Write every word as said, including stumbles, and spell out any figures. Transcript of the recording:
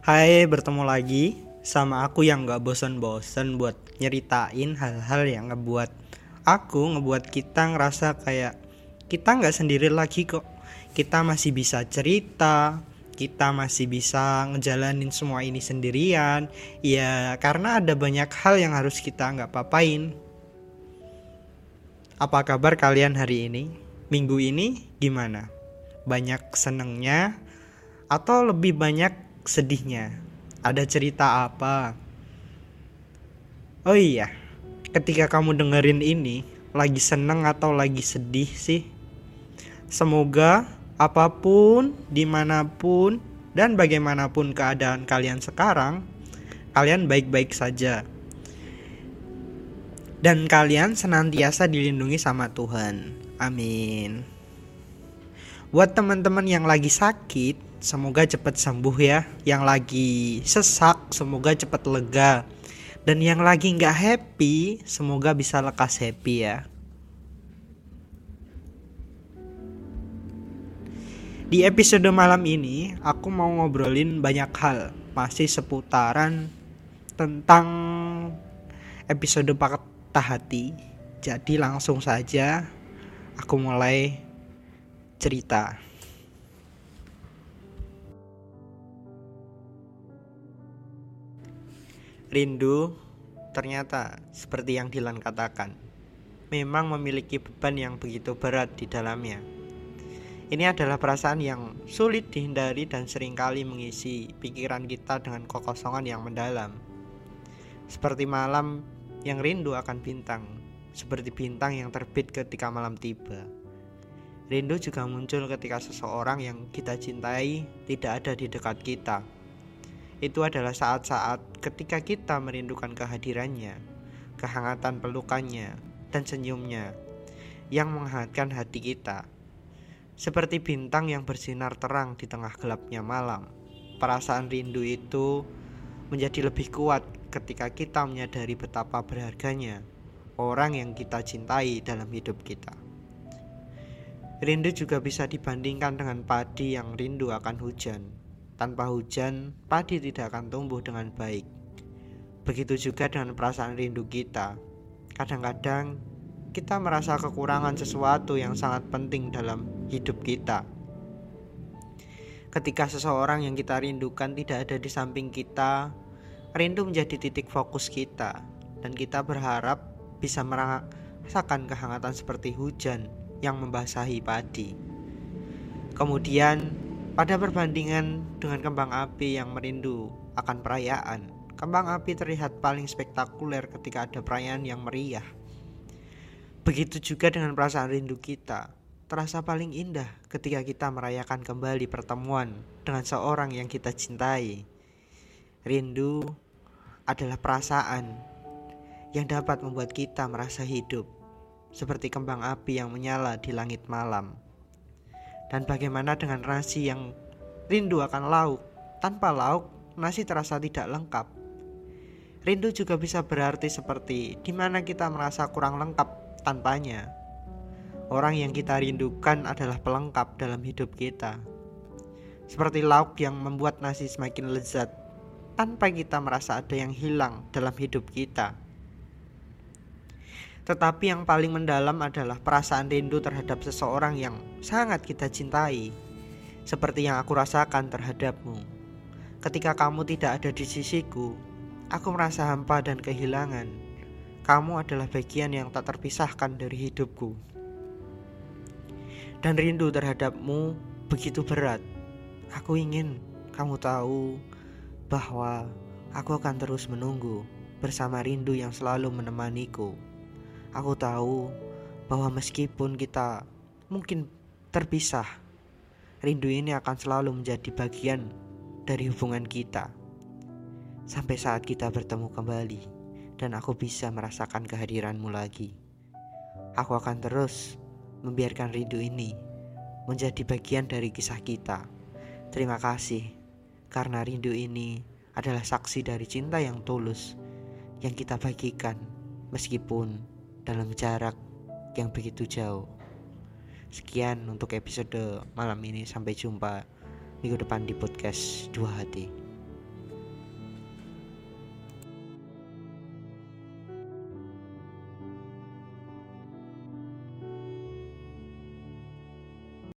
Hai, bertemu lagi sama aku yang gak bosan-bosan buat nyeritain hal-hal yang ngebuat aku, ngebuat kita ngerasa kayak kita gak sendiri lagi kok. Kita masih bisa cerita, kita masih bisa ngejalanin semua ini sendirian. Ya karena ada banyak hal yang harus kita gak papain. Apa kabar kalian hari ini? Minggu ini gimana? Banyak senengnya atau lebih banyak sedihnya? Ada cerita apa? Oh iya, ketika kamu dengerin ini, lagi seneng atau lagi sedih sih? Semoga apapun, dimanapun, dan bagaimanapun keadaan kalian sekarang, kalian baik-baik saja. Dan kalian senantiasa dilindungi sama Tuhan. Amin. Buat teman-teman yang lagi sakit, semoga cepat sembuh ya. Yang lagi sesak, semoga cepat lega. Dan yang lagi gak happy, semoga bisa lekas happy ya. Di episode malam ini, aku mau ngobrolin banyak hal. Masih seputaran tentang episode patah hati. Jadi langsung saja aku mulai cerita. Rindu ternyata seperti yang Dilan katakan, memang memiliki beban yang begitu berat di dalamnya. Ini adalah perasaan yang sulit dihindari dan seringkali mengisi pikiran kita dengan kekosongan yang mendalam. Seperti malam yang rindu akan bintang, seperti bintang yang terbit ketika malam tiba. Rindu juga muncul ketika seseorang yang kita cintai tidak ada di dekat kita. Itu adalah saat-saat ketika kita merindukan kehadirannya, kehangatan pelukannya, dan senyumnya yang menghangatkan hati kita. Seperti bintang yang bersinar terang di tengah gelapnya malam. Perasaan rindu itu menjadi lebih kuat ketika kita menyadari betapa berharganya orang yang kita cintai dalam hidup kita. Rindu juga bisa dibandingkan dengan padi yang rindu akan hujan. Tanpa hujan, padi tidak akan tumbuh dengan baik. Begitu juga dengan perasaan rindu kita. Kadang-kadang kita merasa kekurangan sesuatu yang sangat penting dalam hidup kita. Ketika seseorang yang kita rindukan tidak ada di samping kita, rindu menjadi titik fokus kita, dan kita berharap bisa merasakan kehangatan seperti hujan yang membasahi padi. Kemudian pada perbandingan dengan kembang api yang merindu akan perayaan, kembang api terlihat paling spektakuler ketika ada perayaan yang meriah. Begitu juga dengan perasaan rindu kita, terasa paling indah ketika kita merayakan kembali pertemuan dengan seorang yang kita cintai. Rindu adalah perasaan yang dapat membuat kita merasa hidup, seperti kembang api yang menyala di langit malam. Dan bagaimana dengan nasi yang rindu akan lauk? Tanpa lauk, nasi terasa tidak lengkap. Rindu juga bisa berarti seperti di mana kita merasa kurang lengkap tanpanya. Orang yang kita rindukan adalah pelengkap dalam hidup kita. Seperti lauk yang membuat nasi semakin lezat, tanpa kita merasa ada yang hilang dalam hidup kita. Tetapi yang paling mendalam adalah perasaan rindu terhadap seseorang yang sangat kita cintai. Seperti yang aku rasakan terhadapmu. Ketika kamu tidak ada di sisiku, aku merasa hampa dan kehilangan. Kamu adalah bagian yang tak terpisahkan dari hidupku. Dan rindu terhadapmu begitu berat. Aku ingin kamu tahu bahwa aku akan terus menunggu bersama rindu yang selalu menemaniku. Aku tahu bahwa meskipun kita mungkin terpisah, rindu ini akan selalu menjadi bagian dari hubungan kita. Sampai saat kita bertemu kembali dan aku bisa merasakan kehadiranmu lagi. Aku akan terus membiarkan rindu ini menjadi bagian dari kisah kita. Terima kasih, karena rindu ini adalah saksi dari cinta yang tulus yang kita bagikan meskipun dalam jarak yang begitu jauh. Sekian untuk episode malam ini. Sampai jumpa minggu depan di podcast Dua Hati.